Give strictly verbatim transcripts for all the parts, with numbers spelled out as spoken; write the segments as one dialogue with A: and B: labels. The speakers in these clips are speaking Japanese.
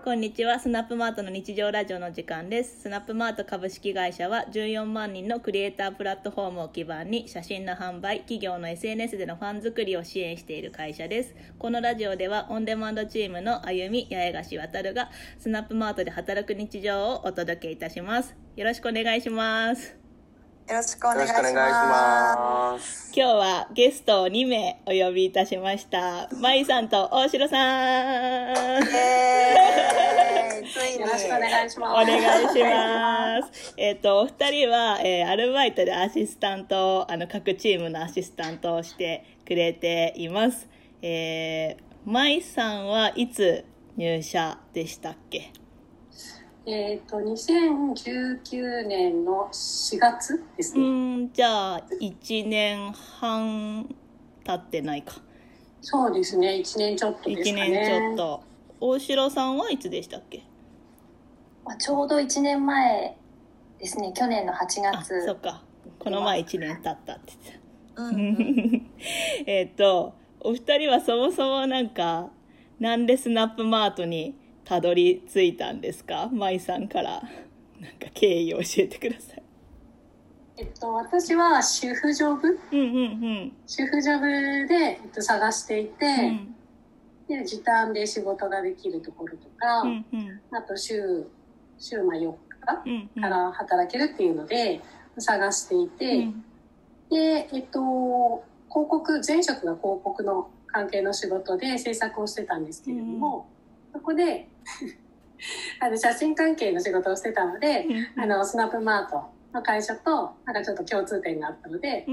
A: こんにちは。スナップマートの日常ラジオの時間です。スナップマート株式会社はじゅうよんまんにんのクリエイタープラットフォームを基盤に写真の販売、企業の エスエヌエス でのファン作りを支援している会社です。このラジオではオンデマンドチームのあゆみ、八重樫渉がスナップマートで働く日常をお届けいたします。よろしくお願いします。
B: よろしくお願いします。
A: 今日はゲストをにめいお呼びいたしました。まいさんと大城さん。
B: イエーイ。ついに
C: よろしくお願いします。
A: お願いします。えっと、お二人は、えー、アルバイトでアシスタントを、あの、各チームのアシスタントをしてくれています。えー、まいさんはいつ入社でしたっけ？
C: えっと、にせんじゅうきゅうねんのしがつですね。
A: うん、じゃあ、いちねんはん経ってないか。
C: そうですね、いちねんちょっとですかね。いちね
A: んちょっと。大城さんはいつでしたっけ？
D: ちょうどいちねんまえですね。去年のはちがつ。
A: あ、そっか。この前いちねん経ったって言ってた。
B: うんうん、
A: えっと、お二人はそもそもなんか、なんでスナップマートにたどり着いたんですか？まいさんからなんか経緯を教えてください。
C: えっと、私は主婦ジョブ、
A: うんうんうん、
C: 主婦ジョブで、えっと、探していて、うん、で時短で仕事ができるところとか、うんうん、あと週週まあよっかから働けるっていうので探していて、うん、で、えっと、広告前職が広告の関係の仕事で制作をしてたんですけれども、うん、そこであの写真関係の仕事をしてたので、うん、あのスナップマートの会社となんかちょっと共通点があったので、うん、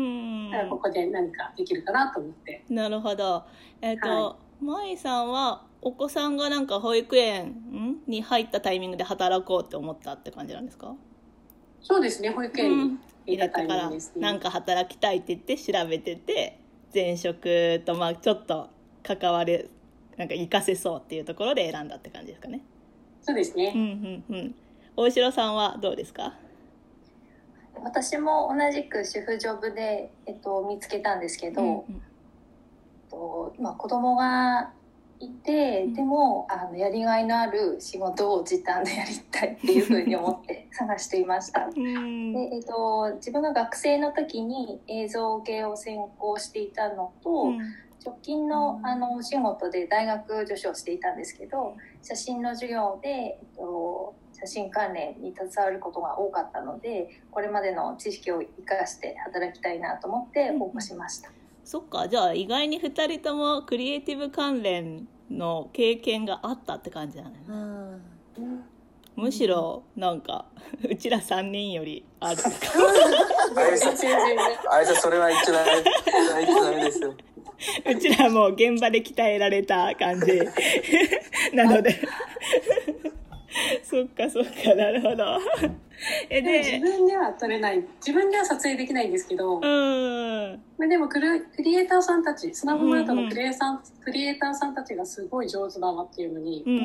C: ここで何かできるかなと思って。
A: なるほど。えっと、はい、まいさんはお子さんがなんか保育園に入ったタイミングで働こうって思ったって感じなんですか？
C: そうですね、保育園に入ったタイミングですね。
A: うん、なんか働きたいって言って調べてて、前職とまあちょっと関わるなんか活かせそうっていうところで選んだって感じですかね。
C: そうですね。
A: うんうんうん。大城さんはどうですか？
D: 私も同じく主婦ジョブで、えっと、見つけたんですけど、うんうん、えっとまあ、子供がいて、でもあのやりがいのある仕事を時短でやりたいっていうふうに思って探していました。で、えっと、自分が学生の時に映像系を専攻していたのと、うん、直近 の, あのお仕事で大学助手をしていたんですけど、写真の授業で、えっと、写真関連に携わることが多かったので、これまでの知識を生かして働きたいなと思って応募しました。
A: うん、そっか、じゃあ意外にふたりともクリエイティブ関連の経験があったって感じなのね。うん、むしろなんかうちらさんにんよりあるか
B: あれじゃそれは言っちゃダメ、言っちゃダメですよ。
A: うちらもう現場で鍛えられた感じなのでそっかそっか、なるほど。
C: えで自分では撮れない、自分では撮影できないんですけど、うん、でもクリ、クリエイターさんたち、スナップマートのクリエイター、うんうん、クリエイターさんたちがすごい上手だなっていうのに、うんうん、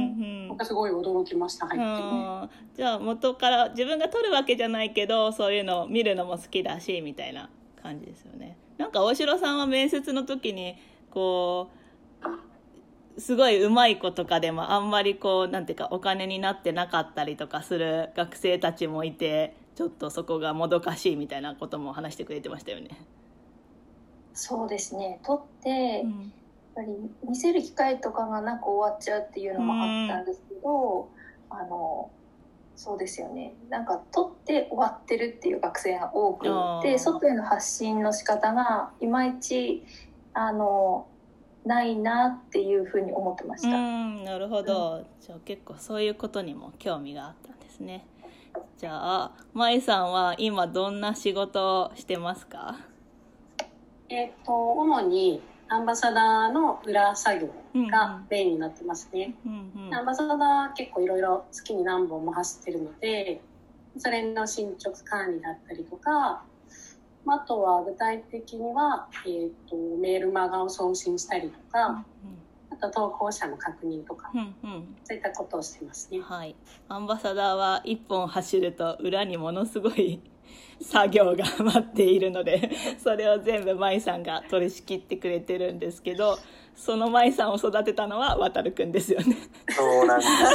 C: なんかすごい驚きました。入ってね。
A: じゃあ元から自分が撮るわけじゃないけど、そういうのを見るのも好きだしみたいな感じですよね。なんか大城さんは面接の時にこうすごいうまい子とかでもあんまりこうなんていうかお金になってなかったりとかする学生たちもいて、ちょっとそこがもどかしいみたいなことも話してくれてましたよね。
D: そうですね、撮って、うん、やっぱり見せる機会とかがなく終わっちゃうっていうのもあったんですけど、あのそうですよね、なんか撮って終わってるっていう学生が多くて、外への発信の仕方がいまいちあのないなっていうふうに思ってました。
A: うん、なるほど、うん、じゃあ結構そういうことにも興味があったんですね。じゃあまいさんは今どんな仕事をしてますか？
C: えっと主にアンバサダーの裏作業がメインになってますね。うんうん、アンバサダー結構いろいろ月に何本も走ってるので、それの進捗管理だったりとか、あとは具体的には、えー、とメールマガを送信したりとか、うんうん、あと投稿者の確認とか、うんうん、そういったことをしてますね。
A: はい、アンバサダーはいっぽん走ると裏にものすごい作業が待っているので、それを全部まいさんが取り仕切ってくれてるんですけど、 その舞さんを育てたのは渡るくんですよね。
B: そうなんですね。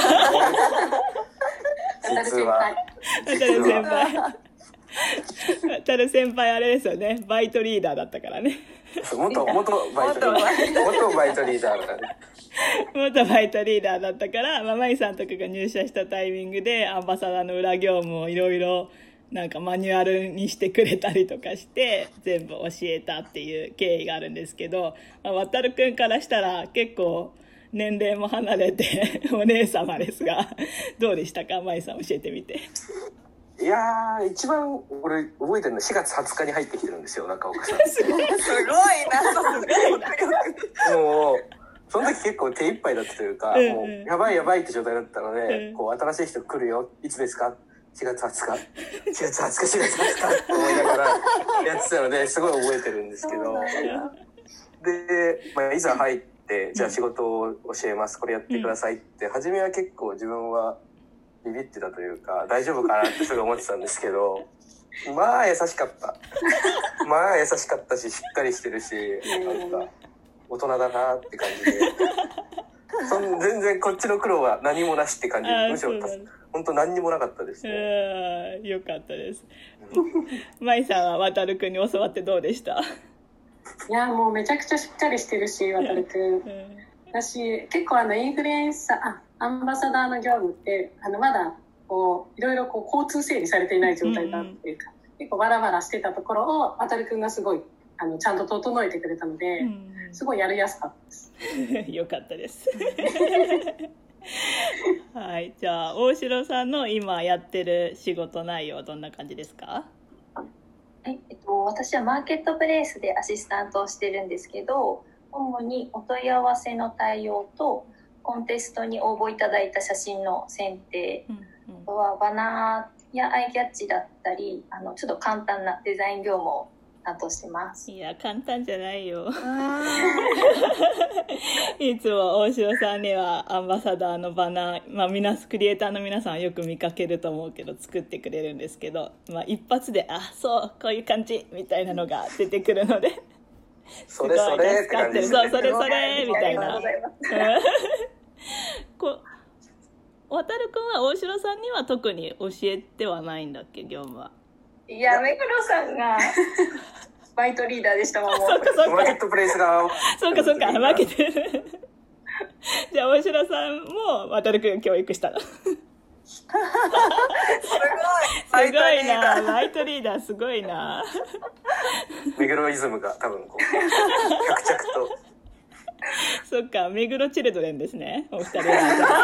B: 実は
A: 渡る先輩渡る先輩あれですよね、バイトリーダーだったからね。
B: 元元バイトリーダー元バイトリーダーだからね。
A: 元バイトリーダーだったから、まあ、舞さんとかが入社したタイミングでアンバサダーの裏業務をいろいろなんかマニュアルにしてくれたりとかして全部教えたっていう経緯があるんですけど、まあ、渡るくんからしたら結構年齢も離れてお姉様ですが、どうでしたか、舞さん教えてみて。
B: いやー、一番俺覚えてるのしがつはつかに入ってきてるんですよ、中岡さん。
E: すごいな、すごいな。
B: もうその時結構手一杯だったというか、
A: うんうん、
B: もうやばいやばいって状態だったので、
A: うん、
B: こう新しい人来るよ、いつですか、しがつはつか、しがつはつか、しがつはつかって思いながらやってたので、すごい覚えてるんですけど、で、まあ、いざ入ってじゃあ仕事を教えます、これやってくださいって、初めは結構自分はビビってたというか、大丈夫かなってすごい思ってたんですけど、まあ優しかった。まあ優しかったし、しっかりしてるし、なんか大人だなって感じで。そん全然こっちの苦労は何もなしって感じで、むしろ本当何にもなかったですね。
A: よかったです。舞さんは渡るくんに教わってどうでした？
C: いやもうめちゃくちゃしっかりしてるし、渡るくん。うん私結構あのインフルエンサーあアンバサダーの業務ってあのまだこういろいろこう交通整理されていない状態だっていうか、うんうん、結構バラバラしてたところを渡るくんがすごいあのちゃんと整えてくれたので、うんうん、すごいやりやすかったです。
A: よかったですはい、じゃあ大城さんの今やってる仕事内容はどんな感じですか？
D: はい、えっと、私はマーケットプレイスでアシスタントをしてるんですけど、主にお問い合わせの対応とコンテストに応募いただいた写真の選定、うんうん、あとはバナーやアイキャッチだったり、あのちょっと簡単なデザイン業務を担当してます。
A: いや簡単じゃないよいつも大城さんにはアンバサダーのバナー、まあ、みなクリエイターの皆さんはよく見かけると思うけど作ってくれるんですけど、まあ、一発であそうこういう感じみたいなのが出てくるので
B: それそれって感じですね。
A: そうそれそれみたいなこ渡るくんは大城さんには特に教えてはないんだっけ、業務は。
D: いや目黒さんがバイトリーダーでしたもん。
A: そうかそうか
B: マーケットプレイスが
A: そうかそうか負けてるじゃあ大城さんも渡るくん教育したのす
E: ごい
A: すごいな、バイトリーダーすごいな
B: 目黒イズムが多分こう着々と
A: そっか、目黒チルドレンですね、お二人は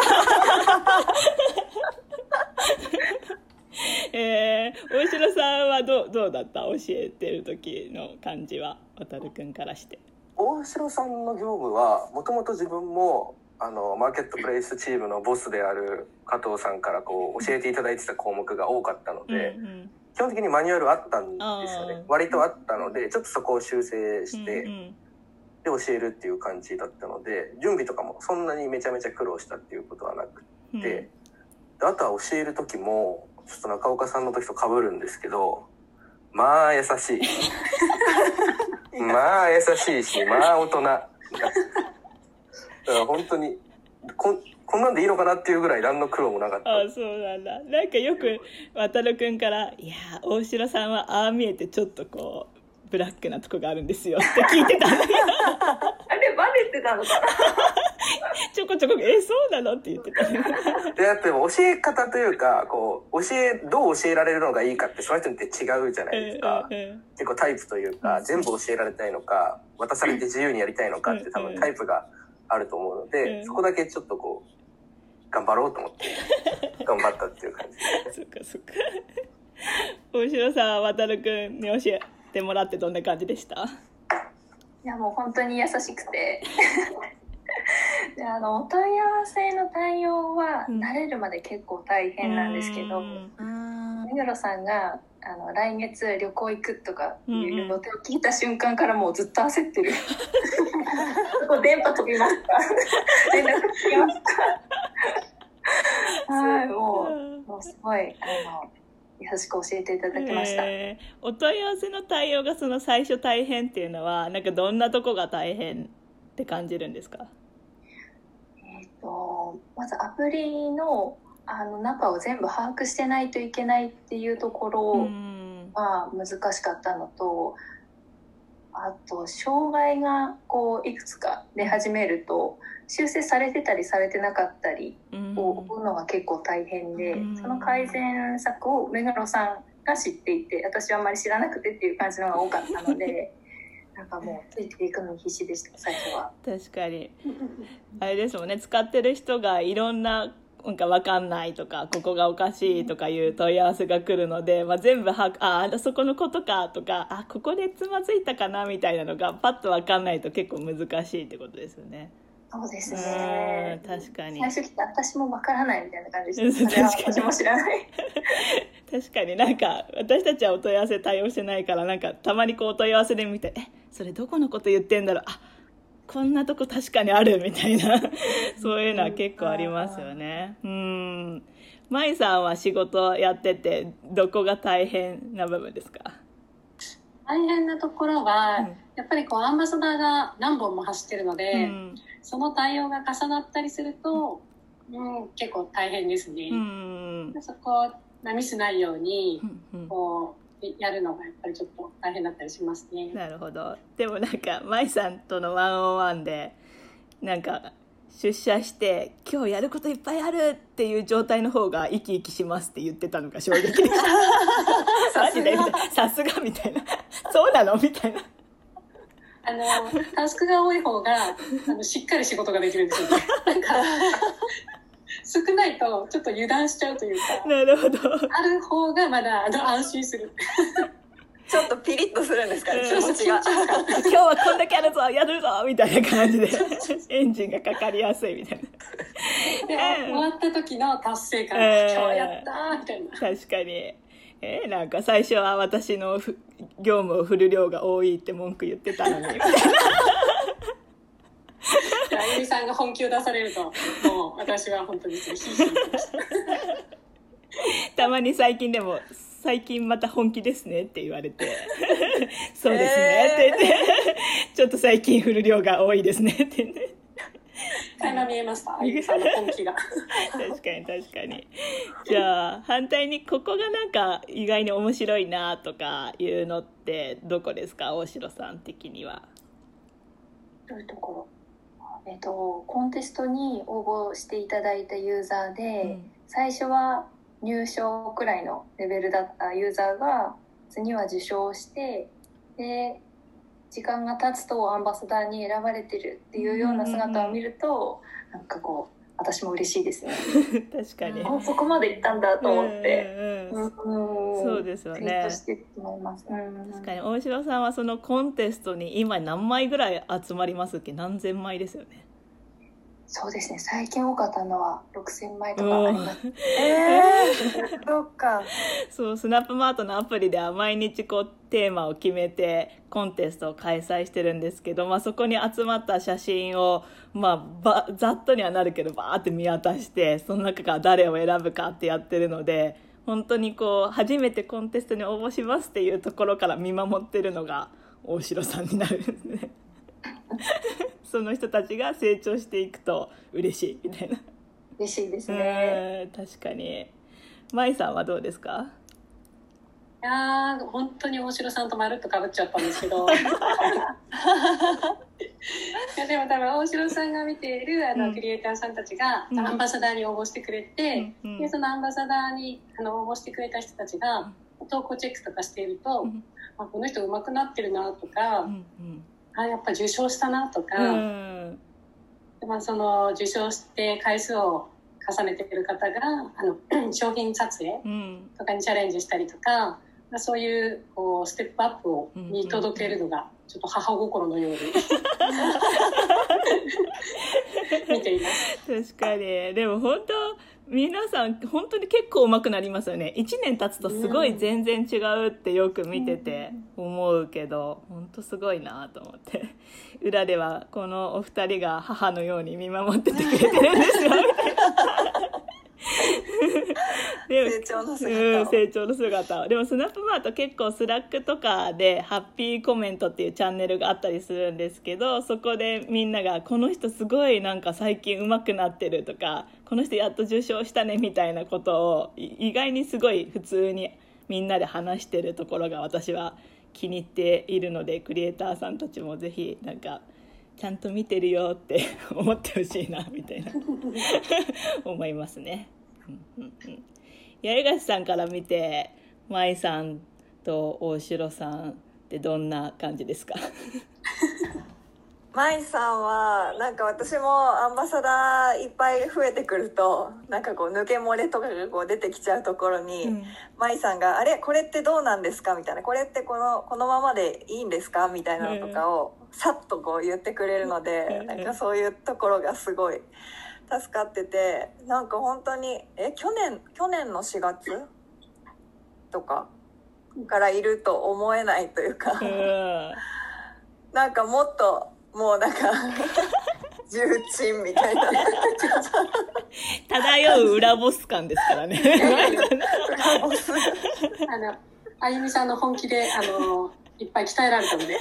A: えー、大城さんはどう、どうだった？教えてる時の感じは、渡るくんからして。
B: 大城さんの業務はもともと自分もあのマーケットプレイスチームのボスである加藤さんからこう教えていただいてた項目が多かったので、うんうん、基本的にマニュアルあったんですよね。割とあったのでちょっとそこを修正して、うんうん、で教えるっていう感じだったので、準備とかもそんなにめちゃめちゃ苦労したっていうことはなくて、うん、であとは教える時もちょっと中岡さんの時と被るんですけど、まあ優しいまあ優しいし、まあ大人だから本当にここんなんでいいのかなっていうぐらい何の苦労もなかった。
A: ああ、そうなんだ。なんかよく渡るくんからいや大城さんはああ見えてちょっとこうブラックなとこがあるんですよって聞いてたんだけど
D: あれバレてたのかな
A: ちょこちょこえそうなのって言ってたで
B: だって教え方というかこう教えどう教えられるのがいいかってその人によって違うじゃないですか、えーえー、結構タイプというか、うん、全部教えられたいのか渡されて自由にやりたいのかって多分タイプがあると思うので、うん、そこだけちょっとこう頑張ろうと思って頑張ったっていう感じ
A: そっかそっか大城さんは渡るくんに教えてもらってどんな感じでした？
D: いやもう本当に優しくてであのお問い合わせの対応は慣れるまで結構大変なんですけど、目黒さんがあの来月旅行行くとかいう予定を聞いた瞬間からもうずっと焦ってるそこ電波飛びました連絡つきましたはいもう、もうすごいあの優しく教えていただきました、
A: えー、お問い合わせの対応がその最初大変っていうのはなんかどんなとこが大変って感じるんですか？
D: えーと、まずアプリの、あの中を全部把握してないといけないっていうところは難しかったのと、あと障害がこういくつか出始めると修正されてたりされてなかったりを追うのが結構大変で、その改善策を目黒さんが知っていて、私はあんまり知らなくてっていう感じのが多かったのでなんかもうついていくのに必死でした最初は。
A: 確かにあれですもんね、使ってる人がいろんななんか分かんないとかここがおかしいとかいう問い合わせが来るので、まあ、全部はああそこのことかとかあここでつまずいたかなみたいなのがパッと分かんないと結構難しいってことですよね。
D: そうですね、
A: 確かに
D: 最初来て私も分からないみたいな感じでした。それは私も知らない
A: 確かになんか私たちはお問い合わせ対応してないから、なんかたまにこうお問い合わせで見てえそれどこのこと言ってんだろう、あこんなとこ確かにあるみたいなそういうのは結構ありますよね。うん。舞さんは仕事やっててどこが大変な部分ですか？
C: 大変なところは、うん、やっぱりこうアンバサダーが何本も走ってるので、うん、その対応が重なったりすると、うんうん、結構大変ですね。うん、そこをミスないようにこうやるのがやっぱりちょっと大変だったりしますね。
A: なるほど。でもなんか舞さんとのワンオンワンでなんか出社して今日やることいっぱいあるっていう状態の方が生き生きしますって言ってたのが衝撃でしたマジでさすがみたいなそうなのみたいな、
C: あのタスクが多い方があのしっかり仕事ができるんですよねなんか少ないとちょっと油断しちゃうというか、
A: なるほど、
C: ある方がまだあの安心する
E: ちょっとピリッとするんですかね、気持ちが
A: 今日はこんだけあるぞやるぞみたいな感じでエンジンがかかりやすいみたいな
C: で、終わった時の達成感、えー、今日やったーみたいな。
A: 確かに、えー、なんか最初は私の業務を振る量が多いって文句言ってたのにみたいな
C: あゆみさんが本気を出されるともう私は本当に必死になりました
A: たまに最近でも最近また本気ですねって言われてそうですねって言って、えー、ちょっと最近振る量が多いですねって言って
C: 垣間見えましたあゆみさんの本気が
A: 確かに確かに。じゃあ反対にここがなんか意外に面白いなとかいうのってどこですか、大城さん的には。
D: どういうところ？えっと、コンテストに応募していただいたユーザーで、うん、最初は入賞くらいのレベルだったユーザーが次は受賞して、で時間が経つとアンバサダーに選ばれてるっていうような姿を見ると、うん、なんかこう私も嬉しいですね
A: 確かに
D: そこまで行ったんだと思って、
A: うんうんうん、そうですよね。
D: ツイートして思います、うん、
A: 確かに大城さんはそのコンテストに今何枚ぐらい集まりますっけ？何千枚ですよね。
D: そうですね、最近多かったのはろくせんまいとかあります
E: えー、そっか。
A: そうスナップマートのアプリでは毎日こうテーマを決めてコンテストを開催してるんですけど、まあ、そこに集まった写真を、まあ、ばざっとにはなるけどバーって見渡してその中から誰を選ぶかってやってるので、本当にこう初めてコンテストに応募しますっていうところから見守ってるのが大城さんになるんですねその人たちが成長していくと嬉しいみたいな。
D: 嬉しいですね。
A: 確かに。舞さんはどうですか？
C: いや本当に大城さんとまるっと被っちゃったんですけどいやでも多分大城さんが見ているあの、うん、クリエイターさんたちが、うん、アンバサダーに応募してくれて、うん、でそのアンバサダーにあの応募してくれた人たちが投稿チェックとかしていると、うん、あこの人上手くなってるなとか、うんうんあやっぱ受賞したなとか、うんまあ、その受賞して回数を重ねている方があの商品撮影とかにチャレンジしたりとか、うん、そういう、こうステップアップを見届けるのがちょっと母心のように見ています。
A: 確かに。でも本当皆さん本当に結構上手くなりますよね。いちねん経つとすごい全然違うってよく見てて思うけど、本当すごいなと思って裏ではこのお二人が母のように見守っててくれてるんですよみたいな
E: 成長の姿を、
A: うん、成長の姿。でもスナップマート結構スラックとかでハッピーコメントっていうチャンネルがあったりするんですけど、そこでみんながこの人すごいなんか最近上手くなってるとか、この人やっと受賞したねみたいなことを意外にすごい普通にみんなで話してるところが私は気に入っているので、クリエイターさんたちもぜひなんかちゃんと見てるよって思ってほしいなみたいな思いますね。うんうんうん、八重樫さんから見て舞さんと大城さんってどんな感じですか？
E: 舞さんはなんか私もアンバサダーいっぱい増えてくるとなんかこう抜け漏れとかがこう出てきちゃうところに、うん、舞さんがあれこれってどうなんですかみたいな、これってこのこのままでいいんですかみたいなのとかをさっとこう言ってくれるので、なんかそういうところがすごい助かってて、なんか本当にえ去年去年のしがつとかからいると思えないというか、うん、なんかもっともうなんか重鎮みたいな
A: 漂う裏ボス感ですからね。
C: 裏ボスあのあゆみさんの本気であのいっぱい鍛えられたので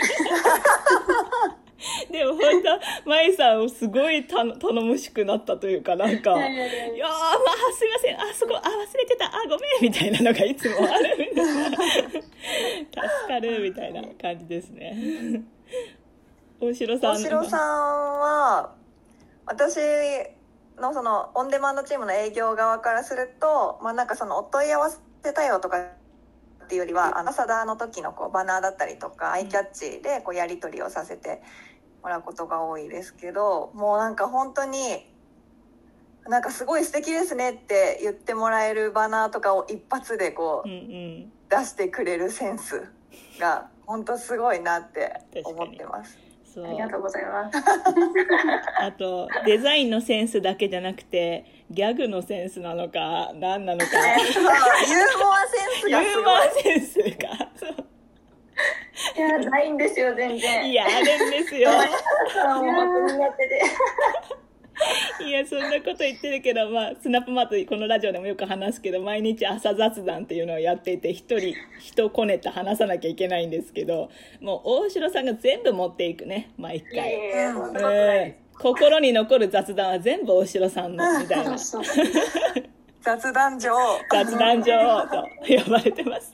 A: でも本当舞さんすごいた頼もしくなったというか、なんかいやいやいやいや、まあすいません、あそこあ忘れてた、あごめんみたいなのがいつもあるみたいな助かるみたいな感じですね。大城さん
E: 大城さんは私のそのオンデマンドチームの営業側からすると、まあ、なんかそのお問い合わせ対応とかっていうよりはアンバサダーの時のこうバナーだったりとかアイキャッチでこうやり取りをさせてもらうことが多いですけど、もうなんか本当になんかすごい素敵ですねって言ってもらえるバナーとかを一発でこう出してくれるセンスが本当すごいなって思ってます。
C: ありがとうございます。
A: あとデザインのセンスだけじゃなくてギャグのセンスなのか何なのか
E: ユーモアセンスがすごい。ユーモア
A: センスがそう
D: いやないんですよ全然。
A: いやあるんですよ。
D: もう本当に苦手で。
A: いやそんなこと言ってるけど、まあ、スナップマートこのラジオでもよく話すけど、毎日朝雑談っていうのをやっていて、一人一コネと話さなきゃいけないんですけど、もう大城さんが全部持っていくね毎回。
D: いやいやそんなことないです。
A: 心に残る雑談は全部大城さんのみたいな
E: 雑談女王
A: 雑談女王と呼ばれてます。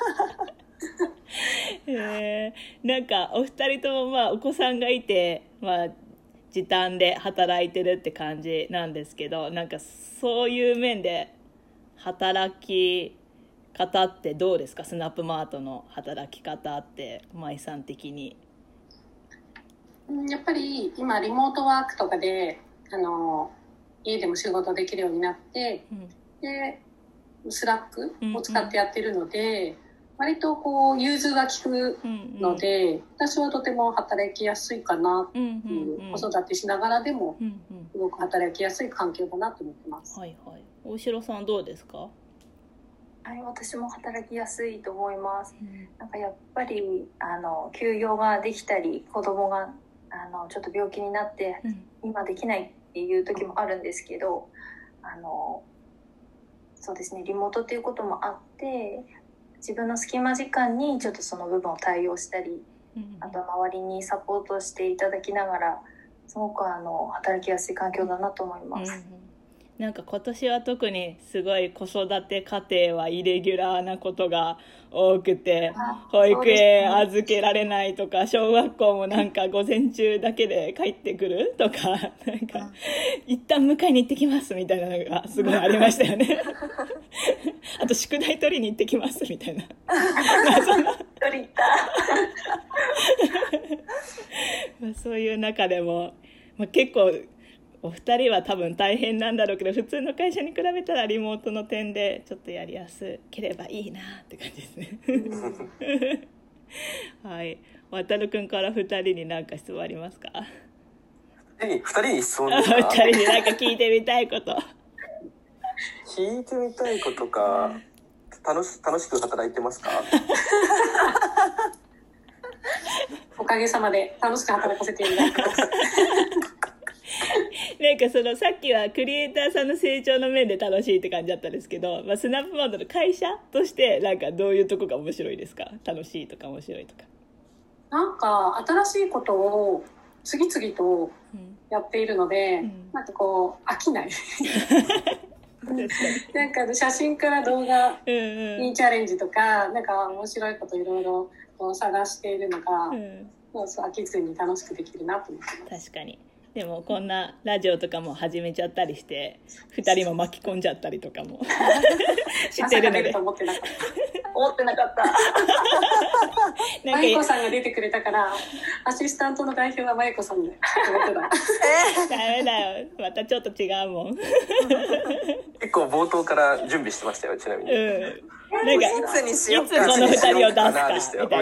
A: えー、なんかお二人ともまあお子さんがいて、まあ時短で働いてるって感じなんですけど、なんかそういう面で働き方ってどうですか？スナップマートの働き方って舞さん的に。
C: やっぱり今リモートワークとかであの家でも仕事できるようになって、うん、でスラックを使ってやってるので、うんうん、割とこう融通が利くので、うんうん、私はとても働きやすいかなっていう、うんうんうん、子育てしながらでもすごく働きやすい環境だなと思ってます。
A: はいはい。大城さんどうですか？
D: はい、私も働きやすいと思います。うん、なんかやっぱりあの休養ができたり、子供があのちょっと病気になって、うん、今できないっていう時もあるんですけど、あのそうですね、リモートっていうこともあって自分の隙間時間にちょっとその部分を対応したり、うん、あとは周りにサポートしていただきながらすごくあの働きやすい環境だなと思います。うんうん、
A: なんか今年は特にすごい子育て家庭はイレギュラーなことが多くて、保育園預けられないとか、小学校もなんか午前中だけで帰ってくるとか、なんか一旦迎えに行ってきますみたいなのがすごいありましたよね。あと宿題取りに行ってきますみたいな。
D: 取り行った
A: まあそういう中でも、まあ、結構お二人は多分大変なんだろうけど、普通の会社に比べたらリモートの点でちょっとやりやすければいいなって感じですね。はい、渡るくんから二人に何か質問ありますか？
B: 二人に質問ですか？
A: 二人に何か聞いてみたいこと
B: 聞いてみたいことか。楽し楽しく働いてますか？
C: おかげさまで楽しく働かせていただきます。
A: なんかそのさっきはクリエイターさんの成長の面で楽しいって感じだったんですけど、まあ、スナップモードの会社としてなんかどういうとこが面白いですか？楽しいとか面白いとか。
C: なんか新しいことを次々とやっているので、うん、なんかこう飽きないなんか写真から動画にチャレンジとか、うんうん、なんか面白いこといろいろ探しているのが、うん、そうそう飽きずに楽しくできるなと思ってます。
A: 確かに。でもこんなラジオとかも始めちゃったりしてふたりも巻き込んじゃったりとかも知ってるので
C: 思ってなかった
D: 思ってなかった
C: まゆこさんが出てくれたからアシスタントの代表はまゆこさんで思ってた
A: ダメだよ、またちょっと違うもん
B: 結構冒頭から準備してましたよ、ちなみに、うん、
A: なんか
E: いつにしようか、
A: いつこのふたりを出すかみたいな。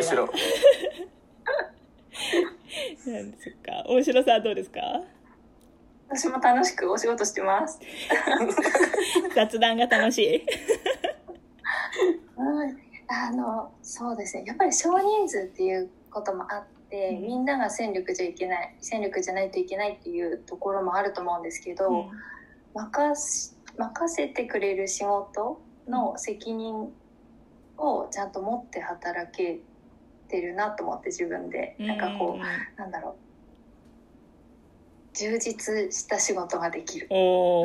A: なんですか。大城さんどうですか？
D: 私も楽しくお仕事してます
A: 雑談が楽しい
D: うん、あのそうですね、やっぱり少人数っていうこともあって、うん、みんなが戦力じゃいけない戦力じゃないといけないっていうところもあると思うんですけど、うん、任し任せてくれる仕事の責任をちゃんと持って働けてるなと思って、自分でなんかこう、うん、なんだろう、充実した仕事ができる。お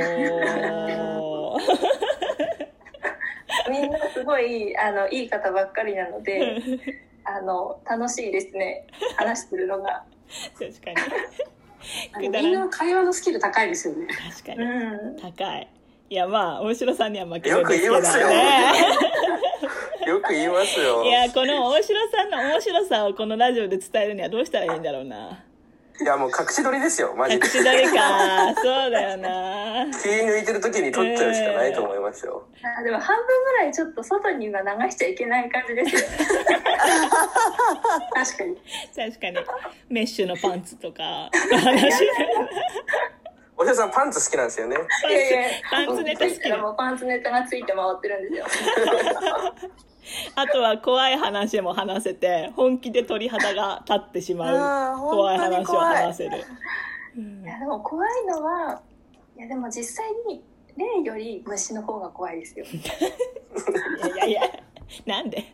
D: みんなすごいあのいい方ばっかりなのであの楽しいですね、話してるのが。
A: 確か
C: にみんな会話のスキル高いですよね。
A: 確かに、うん、高い。いやまあ大城さんには負け
B: るんですけどね。よく言いますよよく言いますよ。
A: いやこの大城さんの面白さをこのラジオで伝えるにはどうしたらいいんだろうな。
B: いやもう隠し撮りですよ、マジで。
A: 隠し撮りかそうだよな。
B: 気抜いてる時に撮っちゃうしかないと思いますよ、
D: えー、あでも半分ぐらいちょっと外には流しちゃいけない感じですよ
C: 確かに
A: 確かにメッシュのパンツとか
B: おしゃさんパンツ好きなんですよね。
A: パンツネタ好きな
D: の。パンツネタがついて回ってるんですよ
A: あとは怖い話も話せて、本気で鳥肌が立ってしまう怖い話を話せる。
D: うん、いやでも怖いのは、いやでも実際に霊より虫の方が怖いですよ。い
A: やいやいや、なんで？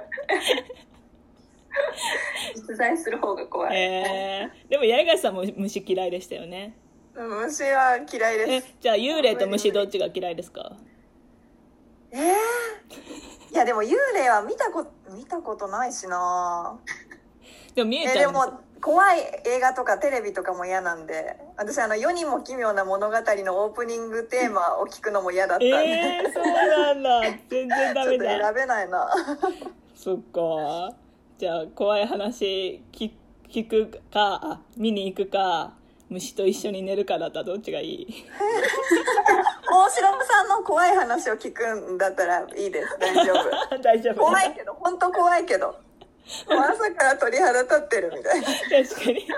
D: 実在する方が怖い。
A: えー、でも八重樫さんも虫嫌いでしたよね。
E: 虫は嫌いです。
A: じゃあ幽霊と虫どっちが嫌いですか？
E: えー、いやでも幽霊は見たこと見たことないしな。
A: でも見えちゃうんですよ。
E: えでも怖い映画とかテレビとかも嫌なんで、私あの世にも奇妙な物語のオープニングテーマを聞くのも嫌だったんで。
A: えー、そうなんだ。全然ダメだ。
E: ちょっと選べないな。
A: そっか。じゃあ怖い話聞、聞くか、あ、見に行くか、虫と一緒に寝るかだったらどっちがいい？
E: 大城さんの怖い話を聞くんだったらいいです。大丈夫。
A: 大丈夫。
E: 怖いけど、本当怖いけど。朝から鳥肌立ってるみたいな。
A: 確かに。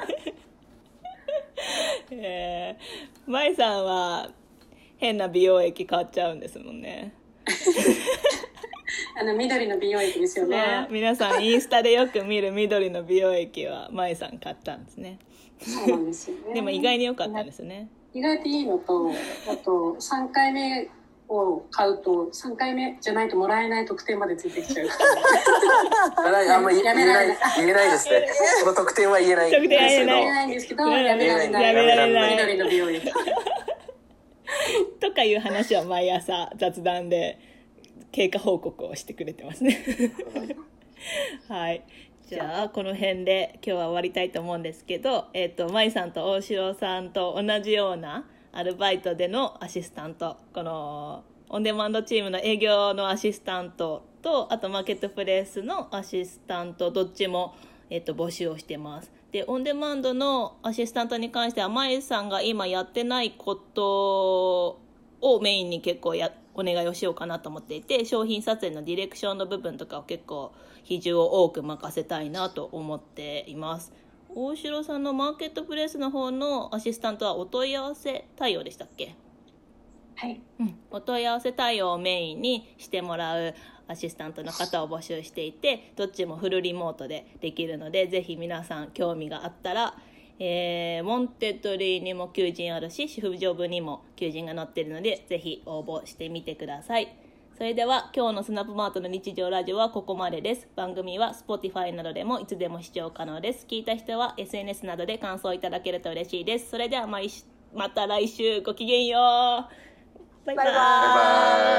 A: えー、舞さんは変な美容液買っちゃうんですもんね。
C: あの緑の美容液ですよね。
A: 皆さんインスタでよく見る緑の美容液は舞さん買ったんですね。
C: そうなんですよね。
A: でも意外に良かったんですね。
C: 意外といいのと、あとさんかいめを買うとさんかいめじゃないともらえない特典までついてきちゃう。
B: あんまり言えない言えないですね。その特典は言えない。
A: 特典は言え
C: ないんですけど、やめられない。
A: やめられない。
C: 緑の美容液。
A: とかいう話を毎朝雑談で経過報告をしてくれてますね。はい。じゃあこの辺で今日は終わりたいと思うんですけど、えっと舞さんと大城さんと同じようなアルバイトでのアシスタント、このオンデマンドチームの営業のアシスタントと、あとマーケットプレイスのアシスタント、どっちも、えっと、募集をしてます。でオンデマンドのアシスタントに関しては舞さんが今やってないことをメインに結構やお願いをしようかなと思っていて、商品撮影のディレクションの部分とかを結構比重を多く任せたいなと思っています。大城さんのマーケットプレイスの方のアシスタントはお問い合わせ対応でしたっけ？
D: はい、
A: うん、お問い合わせ対応をメインにしてもらうアシスタントの方を募集していて、どっちもフルリモートでできるので、ぜひ皆さん興味があったら、 えー、モンテッドリーにも求人あるし、主婦ジョブにも求人が載ってるので、ぜひ応募してみてください。それでは今日のスナップマートの日常ラジオはここまでです。番組は Spotify などでもいつでも視聴可能です。聞いた人は エスエヌエス などで感想いただけると嬉しいです。それではまた来週ごきげんよう。バイバイ。
B: バイバイ。